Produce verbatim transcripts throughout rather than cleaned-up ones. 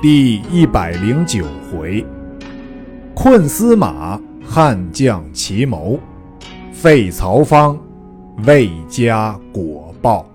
第一百零九回，困司马，悍将奇谋，废曹芳，魏家果报。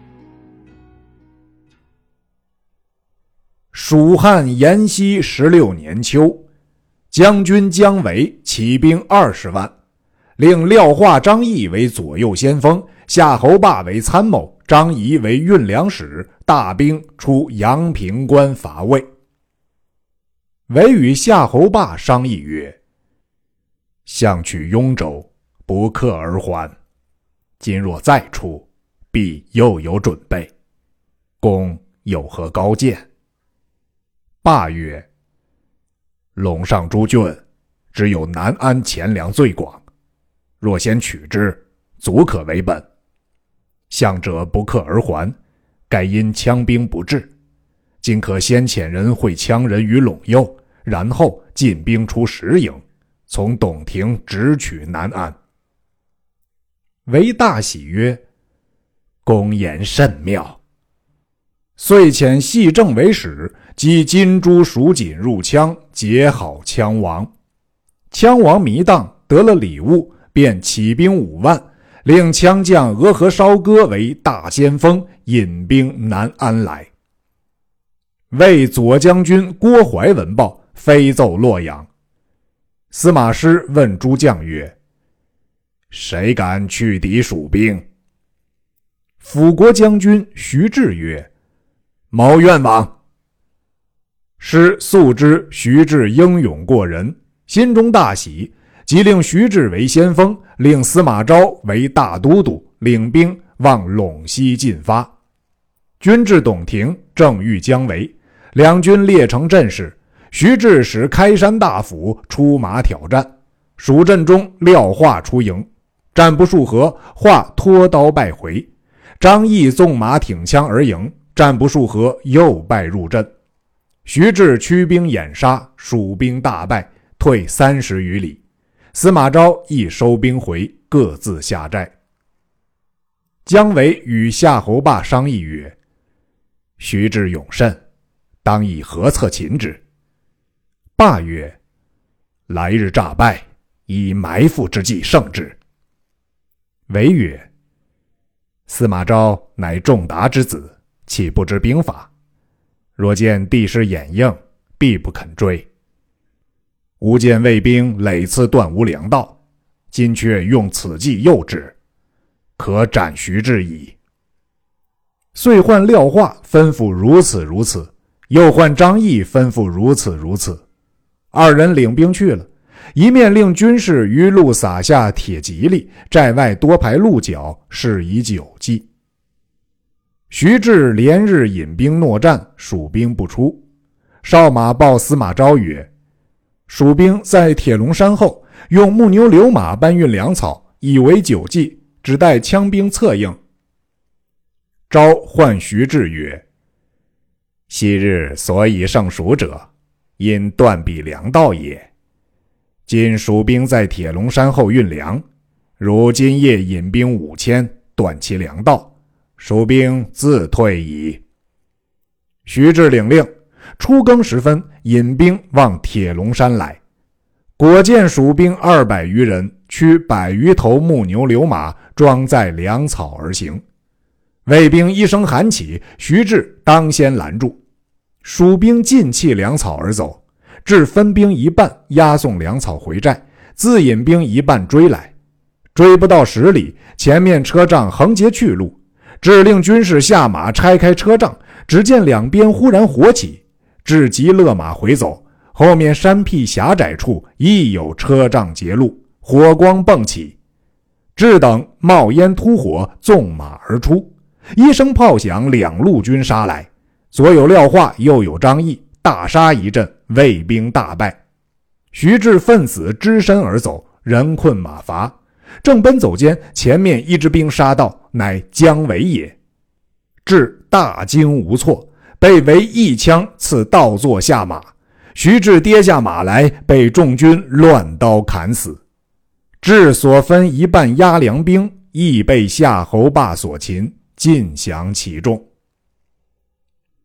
蜀汉延熙十六年秋，将军姜维起兵二十万，令廖化、张翼为左右先锋，夏侯霸为参谋，张仪为运粮使，大兵出阳平关伐魏。维与夏侯霸商议曰：相取雍州，不克而还，今若再出，必又有准备，公有何高见？霸曰：陇上诸郡，只有南安钱粮最广，若先取之，足可为本。相者不克而还，盖因枪兵不至，今可先遣人会羌人于陇右，然后进兵出十营，从董庭直取南安。维大喜曰：公言甚妙。遂遣细正为使，击金珠、蜀锦入羌，结好羌王。羌王弥当得了礼物，便起兵五万，令羌将俄和烧戈为大先锋，引兵南安来。魏左将军郭淮闻报，飞奏洛阳。司马师问诸将曰：谁敢去敌蜀兵？辅国将军徐志曰：毛愿往。师素知徐志英勇过人，心中大喜，即令徐志为先锋，令司马昭为大都督，领兵往陇西进发。军至董庭，正遇姜维，两军列成阵势。徐志使开山大斧出马挑战，蜀阵中廖化出营，战不数合，化脱刀败回。张翼纵马挺枪而迎，战不数合，又败入阵。徐志驱兵掩杀，蜀兵大败，退三十余里。司马昭亦收兵回，各自下寨。姜维与夏侯霸商议曰：徐志勇甚，当以何策擒之？霸曰：来日诈败，以埋伏之计胜之。维曰：司马昭乃仲达之子，岂不知兵法？若见地势掩映，必不肯追。吾见魏兵累次断无粮道，今却用此计诱之，可斩徐志矣。遂唤廖化吩咐如此如此，又唤张翼吩咐如此如此。二人领兵去了，一面令军士于路撒下铁蒺藜，寨外多排鹿角，是以久计。徐志连日引兵搦战，蜀兵不出。少马报司马昭曰：蜀兵在铁笼山后，用木牛流马搬运粮草，以为久计，只待羌兵策应。昭唤徐志曰：昔日所以胜蜀者，因断彼粮道也。今蜀兵在铁笼山后运粮，如今夜引兵五千，断其粮道，蜀兵自退矣。徐志领令，初更时分，引兵往铁笼山来。果见蜀兵二百余人，驱百余头木牛流马，装载粮草而行。魏兵一声喊起，徐志当先拦住。蜀兵尽弃粮草而走，至分兵一半，押送粮草回寨，自引兵一半追来。追不到十里，前面车仗横截去路，只令军士下马拆开车仗，只见两边忽然火起，至即勒马回走，后面山僻狭窄处亦有车仗截路，火光迸起。至等冒烟突火，纵马而出，一声炮响，两路军杀来。左有廖化，右有张翼，大杀一阵，魏兵大败。徐志奋死，只身而走，人困马乏。正奔走间，前面一支兵杀到，乃姜维也。志大惊无措，被维一枪刺倒坐下马。徐志跌下马来，被众军乱刀砍死。志所分一半押粮兵，亦被夏侯霸所擒，尽降其众。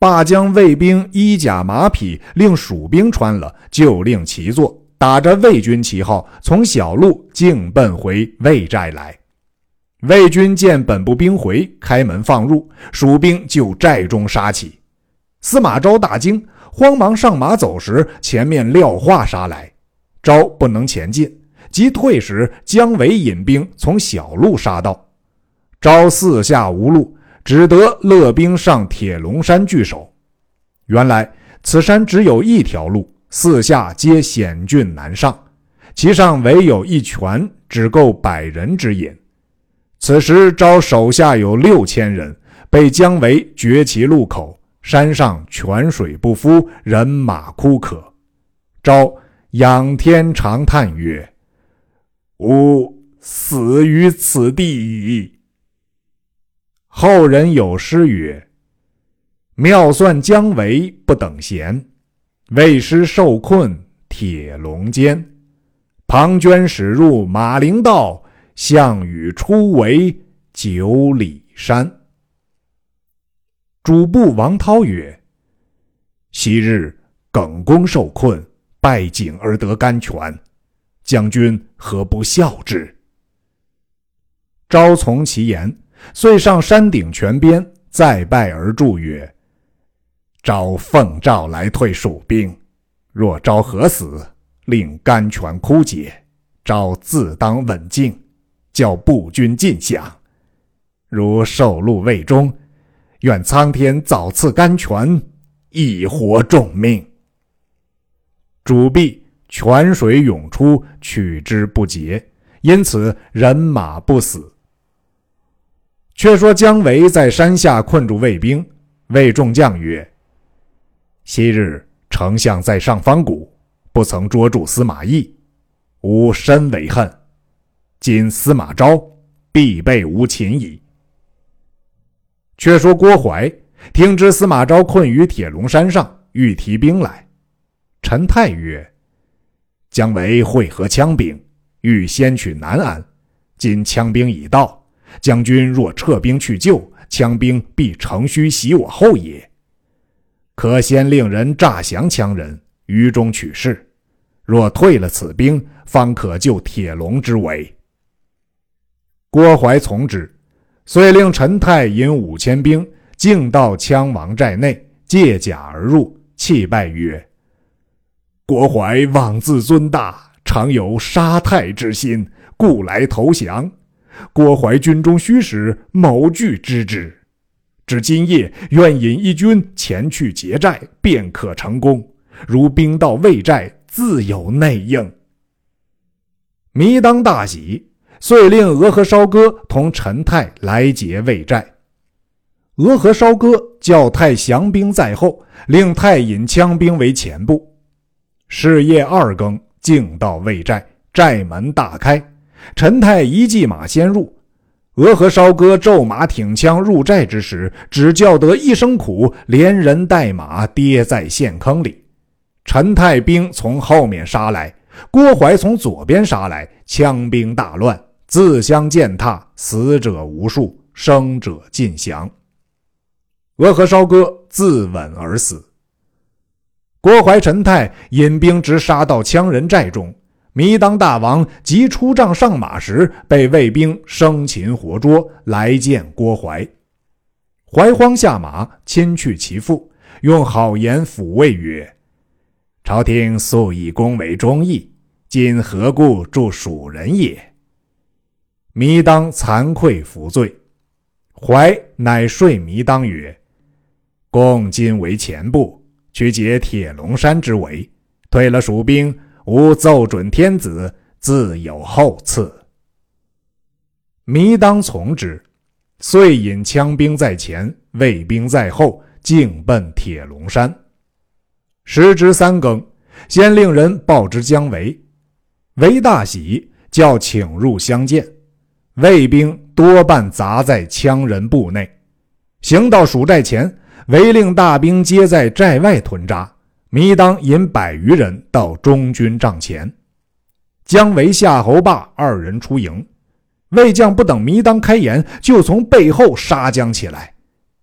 罢将卫兵衣甲马匹令蜀兵穿了，就令骑坐，打着魏军旗号，从小路径奔回魏寨来。魏军见本部兵回，开门放入，蜀兵就寨中杀起。司马昭大惊，慌忙上马走时，前面廖化杀来，昭不能前进，即退时，姜维引兵从小路杀到。昭四下无路，只得勒兵上铁龙山据守。原来此山只有一条路，四下皆险峻难上，其上唯有一泉，只够百人之饮。此时昭手下有六千人，被姜维绝其路口，山上泉水不敷，人马枯渴。昭仰天长叹曰：吾死于此地矣。后人有诗曰：妙算姜维不等闲，魏师受困铁笼间。庞涓驶入马陵道，项羽出围九里山。主簿王涛曰：昔日耿恭受困，拜井而得甘泉，将军何不效之？昭从其言，遂上山顶泉边，再拜而祝曰：昭奉诏来退蜀兵，若昭何死，令甘泉枯竭，昭自当稳静，叫步军尽享。如受禄魏忠，愿苍天早赐甘泉，一活众命。主毕，泉水涌出，取之不竭，因此人马不死。却说姜维在山下困住魏兵，魏众将曰：昔日丞相在上方谷，不曾捉住司马懿，吾深为恨。今司马昭必被吾擒矣。却说郭淮听知司马昭困于铁笼山上，欲提兵来。陈泰曰：姜维会合羌兵，欲先取南安，今羌兵已到，将军若撤兵去救，羌兵必乘虚袭我后也。可先令人诈降羌人，于中取势，若退了此兵，方可救铁笼之围。郭淮从之，遂令陈泰引五千兵径到羌王寨内，借甲而入，泣拜曰：郭淮妄自尊大，常有杀太之心，故来投降。郭淮军中虚实，某具知之。至今夜愿引一军前去劫寨，便可成功。如兵到魏寨，自有内应。糜当大喜，遂令俄和烧戈同陈泰来劫魏寨。俄和烧戈叫泰降兵在后，令泰引羌兵为前部。是夜二更，径到魏寨，寨门大开，陈泰一骑马先入。俄和烧戈骤马挺枪入寨之时，只叫得一声苦，连人带马跌在陷坑里。陈泰兵从后面杀来，郭淮从左边杀来，羌兵大乱，自相践踏，死者无数，生者尽降。俄和烧戈自刎而死。郭淮、陈泰引兵直杀到羌人寨中，糜当大王即出帐上马时，被魏兵生擒活捉，来见郭淮。怀荒下马，亲去其父，用好言抚慰曰：朝廷素以公为忠义，今何故助蜀人也？糜当惭愧服罪。怀乃说糜当曰：公今为前部，去解铁笼山之围，退了蜀兵，吾奏准天子，自有后赐。糜当从之，遂引羌兵在前，魏兵在后，径奔铁笼山。时值三更，先令人报之姜维。维大喜，叫请入相见。魏兵多半杂在羌人部内。行到蜀寨前，维令大兵皆在寨外屯扎，糜当引百余人到中军帐前。姜维、夏侯霸二人出营，魏将不等糜当开言，就从背后杀将起来。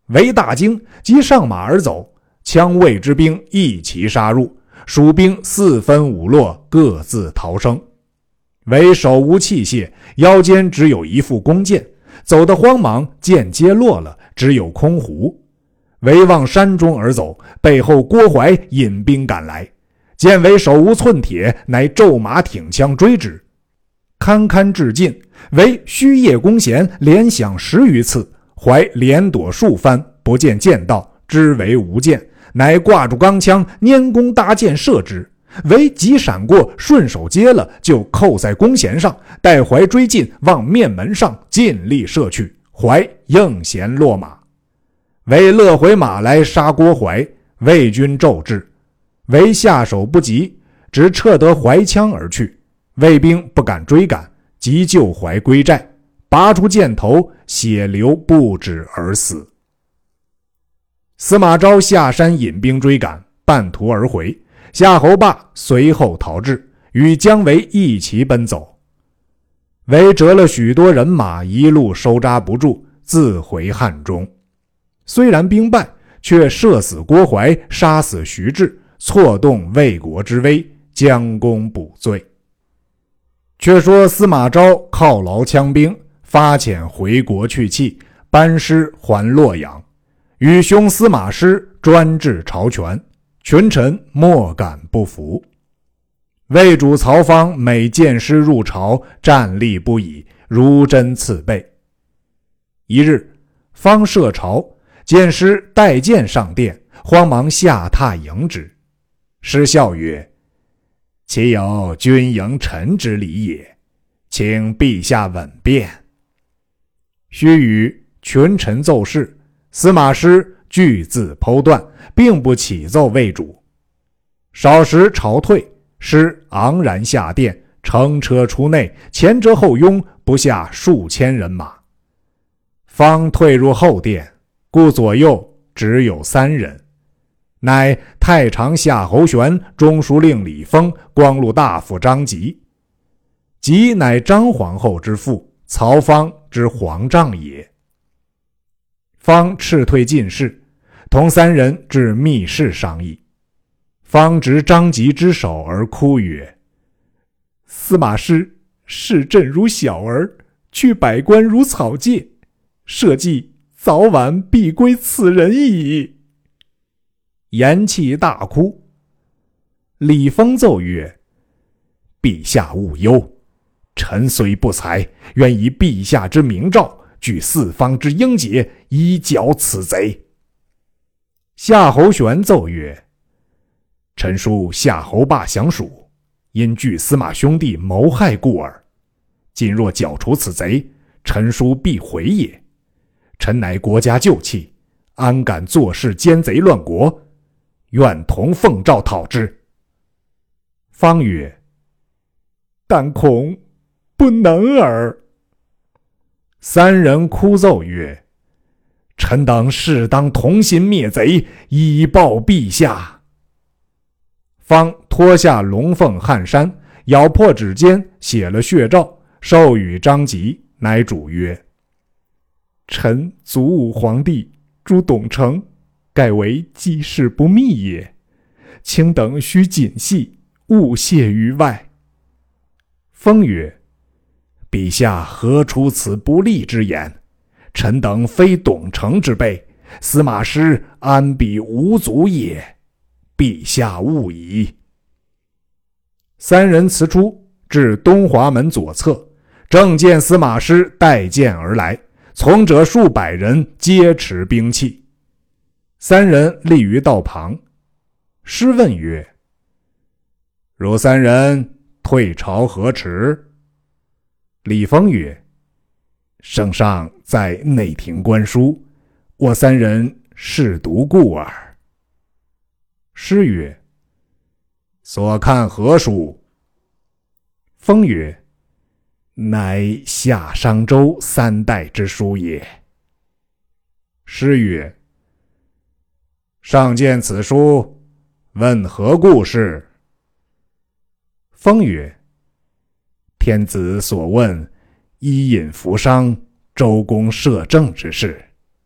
韦大惊，即上马而走，羌魏之兵一齐杀入，蜀兵四分五落，各自逃生。韦手无器械，腰间只有一副弓箭，走得慌忙，箭皆落了，只有空壶。韦往山中而走，背后郭淮引兵赶来，见韦手无寸铁，乃骤马挺枪追之。堪堪至近，韦虚夜弓弦，连响十余次，怀连躲数番，不见箭到，知为无箭，乃挂住钢枪，拈弓搭箭射之。韦急闪过，顺手接了，就扣在弓弦上，待怀追进，往面门上尽力射去，怀应弦落马。韦勒回马来杀郭淮，魏军骤至，韦下手不及，只撤得怀枪而去。魏兵不敢追赶，急救怀归寨，拔出箭头，血流不止而死。司马昭下山引兵追赶，半途而回，夏侯霸随后逃至，与姜维一齐奔走。韦折了许多人马，一路收扎不住，自回汉中。虽然兵败，却射死郭淮，杀死徐志，挫动魏国之威，将功补罪。却说司马昭犒劳羌兵，发遣回国去气，班师还洛阳，与兄司马师专制朝权，群臣莫敢不服。魏主曹芳每见师入朝，站立不已，如针刺背。一日，方设朝，见师带剑上殿，慌忙下榻迎之。师笑曰：岂有君迎臣之礼也，请陛下稳便。须臾，群臣奏事，司马师俱自剖断，并不启奏魏主。少时朝退，师昂然下殿，乘车出内，前折后拥，不下数千人马。方退入后殿，故左右只有三人，乃太常夏侯玄、中书令李丰、光禄大夫张吉。吉乃张皇后之父，曹芳之皇丈也。方斥退进士，同三人至密室商议。方执张吉之手而哭曰：司马师视朕如小儿，去百官如草芥，社稷早晚必归此人矣。言泣大哭。李丰奏曰：陛下勿忧，臣虽不才，愿以陛下之明诏，据四方之英杰，以剿此贼。夏侯玄奏曰：臣书夏侯霸降蜀，因惧司马兄弟谋害故耳。今若剿除此贼，臣书必毁也。臣乃国家旧器，安敢坐视奸贼乱国？愿同奉诏讨之。方曰：但恐不能耳。三人哭奏曰：臣等适当同心灭贼，以报陛下。方脱下龙凤汗衫，咬破指尖，写了血诏，授与张吉，乃主曰：臣祖武皇帝朱董承，盖为记事不密也，卿等须谨细，勿泄于外。封曰：陛下何出此不利之言？臣等非董承之辈，司马师安比无足也，陛下勿疑。三人辞出，至东华门左侧，正见司马师带剑而来，从者数百人，皆持兵器。三人立于道旁。师问曰：汝三人退朝何迟？李丰曰：圣上在内廷观书，我三人试读故耳。师曰：所看何书？封曰：乃夏商周三代之书也。师曰：上见此书，问何故事？封曰：天子所问伊尹扶商、周公摄政之事。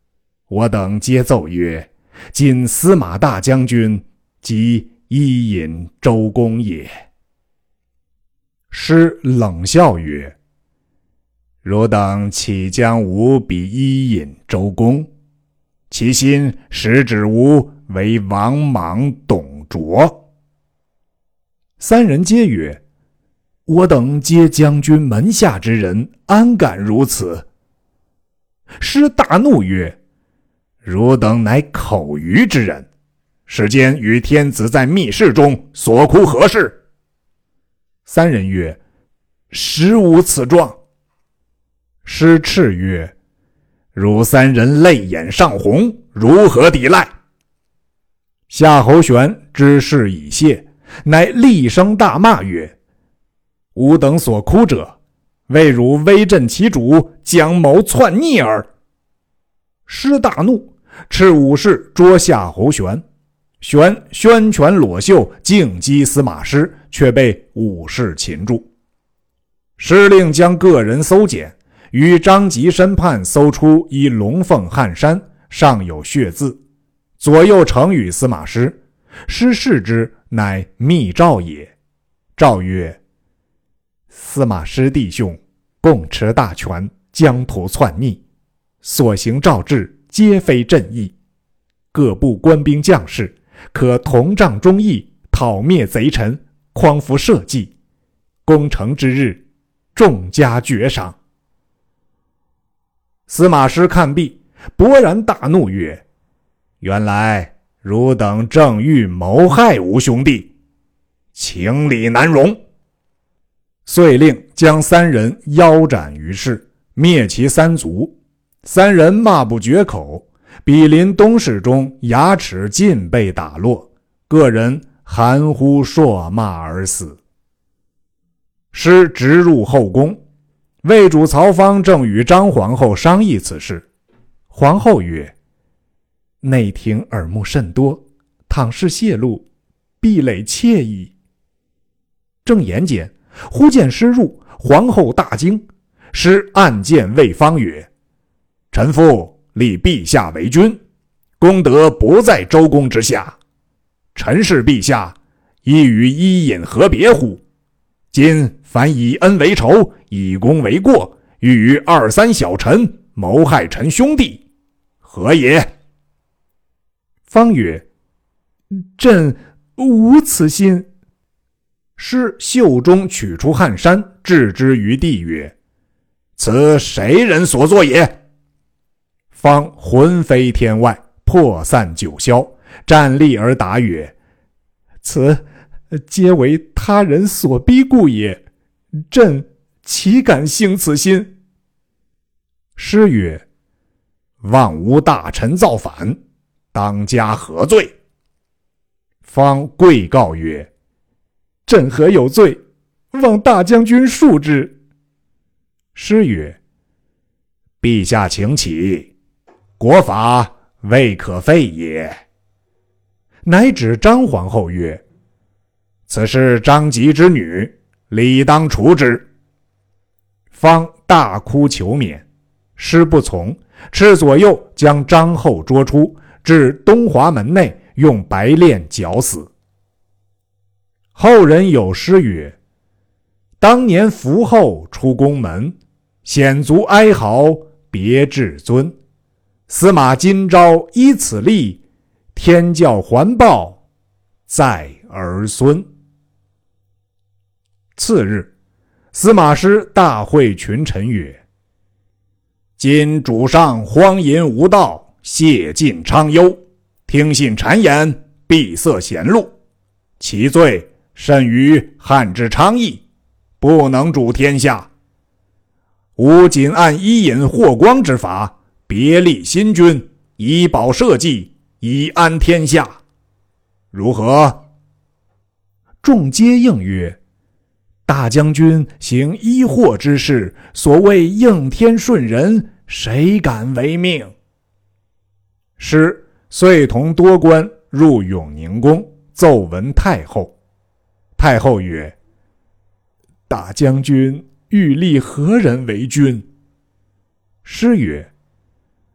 我等皆奏曰：今司马大将军即伊尹周公也。师冷笑曰：汝等岂将吾比伊尹周公？其心实指吾为王莽董卓。三人皆曰：我等皆将军门下之人，安敢如此？师大怒曰：汝等乃口愚之人，世间与天子在密室中所哭何事？三人曰：实无此状。师叱曰：汝三人泪眼上红，如何抵赖？夏侯玄知事已泄，乃厉声大骂曰：吾等所哭者，为汝威震其主，将谋篡逆耳。师大怒，斥武士捉夏侯玄。玄宣拳裸袖，径击司马师，却被武士擒住。师令将个人搜检，于张吉身畔搜出一龙凤汗衫，上有血字，左右呈与司马师。师视之，乃密诏也。诏曰：司马师弟兄共持大权，疆土篡逆，所行诏制皆非正义。各部官兵将士可同帐忠义，讨灭贼臣，匡扶社稷。攻城之日，众加爵赏。司马师看毕，勃然大怒曰：原来汝等正欲谋害吾兄弟，情理难容。遂令将三人腰斩于市，灭其三族。三人骂不绝口，比邻东市中牙齿尽被打落，个人含呼硕骂而死。师直入后宫，魏主曹芳正与张皇后商议此事。皇后曰：内廷耳目甚多，倘是泄露，壁垒窃矣。正言间，忽见师入，皇后大惊。师暗见魏芳曰：臣父立陛下为君，功德不在周公之下，臣视陛下亦与伊尹何别乎？今凡以恩为仇，以功为过，欲与二三小臣谋害臣兄弟，何也？方曰：朕无此心。师袖中取出汗衫，置之于地曰：此谁人所作也？方魂飞天外，破散九霄，站立而答曰：此皆为他人所逼故也，朕岂敢兴此心？师曰：望吾大臣造反，当加何罪？方跪告曰：朕何有罪？望大将军恕之。师曰：陛下请起，国法未可废也。乃指张皇后曰：此是张吉之女，理当除之。方大哭求免，师不从，斥左右将张后捉出，至东华门内，用白链绞死。后人有诗曰：当年伏后出宫门，显足哀嚎别至尊。司马今朝依此例，天教还报在儿孙。次日，司马师大会群臣曰：今主上荒淫无道，亵尽昌幽，听信谗言，闭塞贤路，其罪甚于汉之昌邑，不能主天下。吾仅按伊尹霍光之法，别立新君，以保社稷，以安天下，如何？众皆应曰：大将军行医祸之事，所谓应天顺人，谁敢违命？师遂同多官入永宁宫，奏闻太后。太后曰：大将军欲立何人为君？师曰：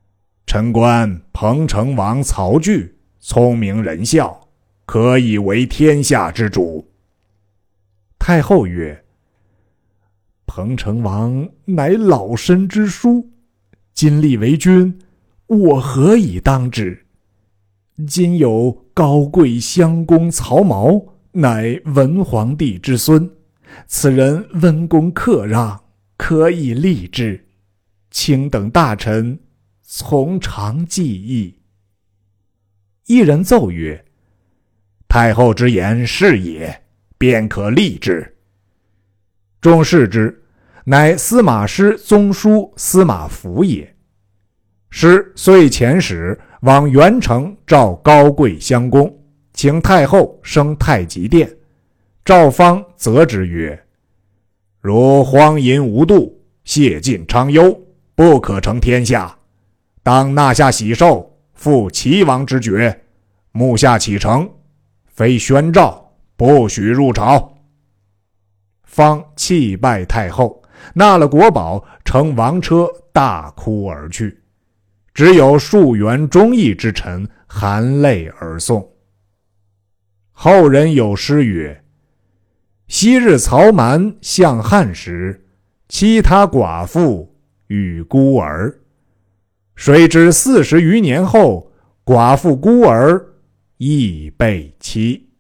臣观彭城王曹据聪明仁孝，可以为天下之主。” 太后曰：“彭城王乃老身之叔，今立为君，我何以当之？今有高贵襄公曹髦，乃文皇帝之孙，此人温公克让，可以立之。卿等大臣从长计议。” 一人奏曰：“太后之言是也，便可立之。”众视之，乃司马师宗叔司马孚也。师遂遣使往元城召高贵襄公，请太后升太极殿。赵方责之曰：“如荒淫无度，谢尽昌幽，不可成天下。当纳下喜寿，复齐王之爵，目下启程，非宣诏，不许入朝。”方弃拜太后，纳了国宝，乘王车大哭而去。只有数员忠义之臣含泪而送。后人有诗曰：“昔日曹瞒向汉时，欺他寡妇与孤儿。谁知四十余年后，寡妇孤儿亦被欺。”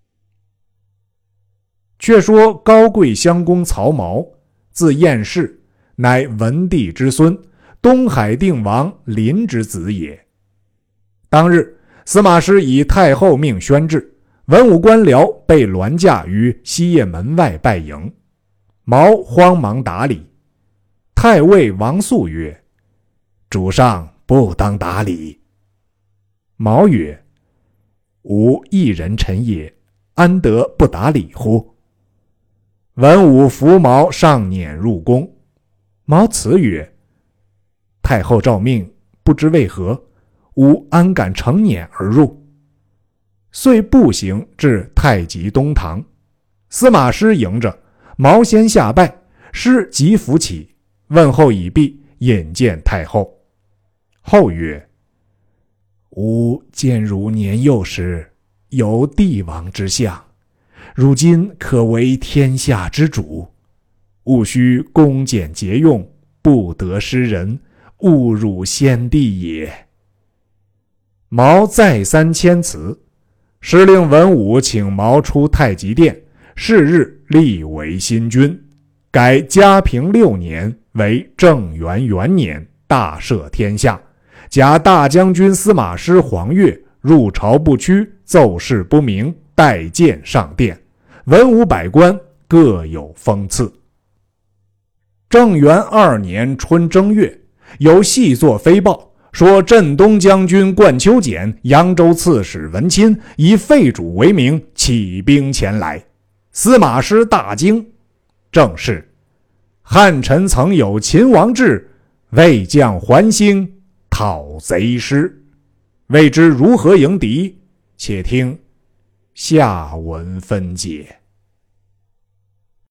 却说高贵襄公曹髦，字彦士，乃文帝之孙，东海定王临之子也。当日，司马师以太后命宣制，文武官僚被銮驾于西掖门外拜迎。毛慌忙打礼。太尉王肃曰：“主上不当打礼。”毛曰：“吾一人臣也，安得不打礼乎？”文武扶毛上辇入宫。毛辞曰：“太后诏命，不知为何，吾安敢乘辇而入？”遂步行至太极东堂。司马师迎着，毛先下拜，师即扶起，问候已毕，引见太后。后曰：“吾见汝年幼时有帝王之相，如今可为天下之主，务须恭俭节用，不得失人，侮辱先帝也。”毛再三谦辞。时令文武请毛出太极殿，是日立为新君，改嘉平六年为正元元年，大赦天下，假大将军司马师黄钺入朝不趋，奏事不明，带剑上殿，文武百官各有封赐。正元二年春正月，有细作飞报，说镇东将军冠丘俭、扬州刺史文钦以废主为名起兵前来。司马师大惊，正是汉臣曾有秦王志，为将还兴，讨贼师，未知如何迎敌，且听下文分解。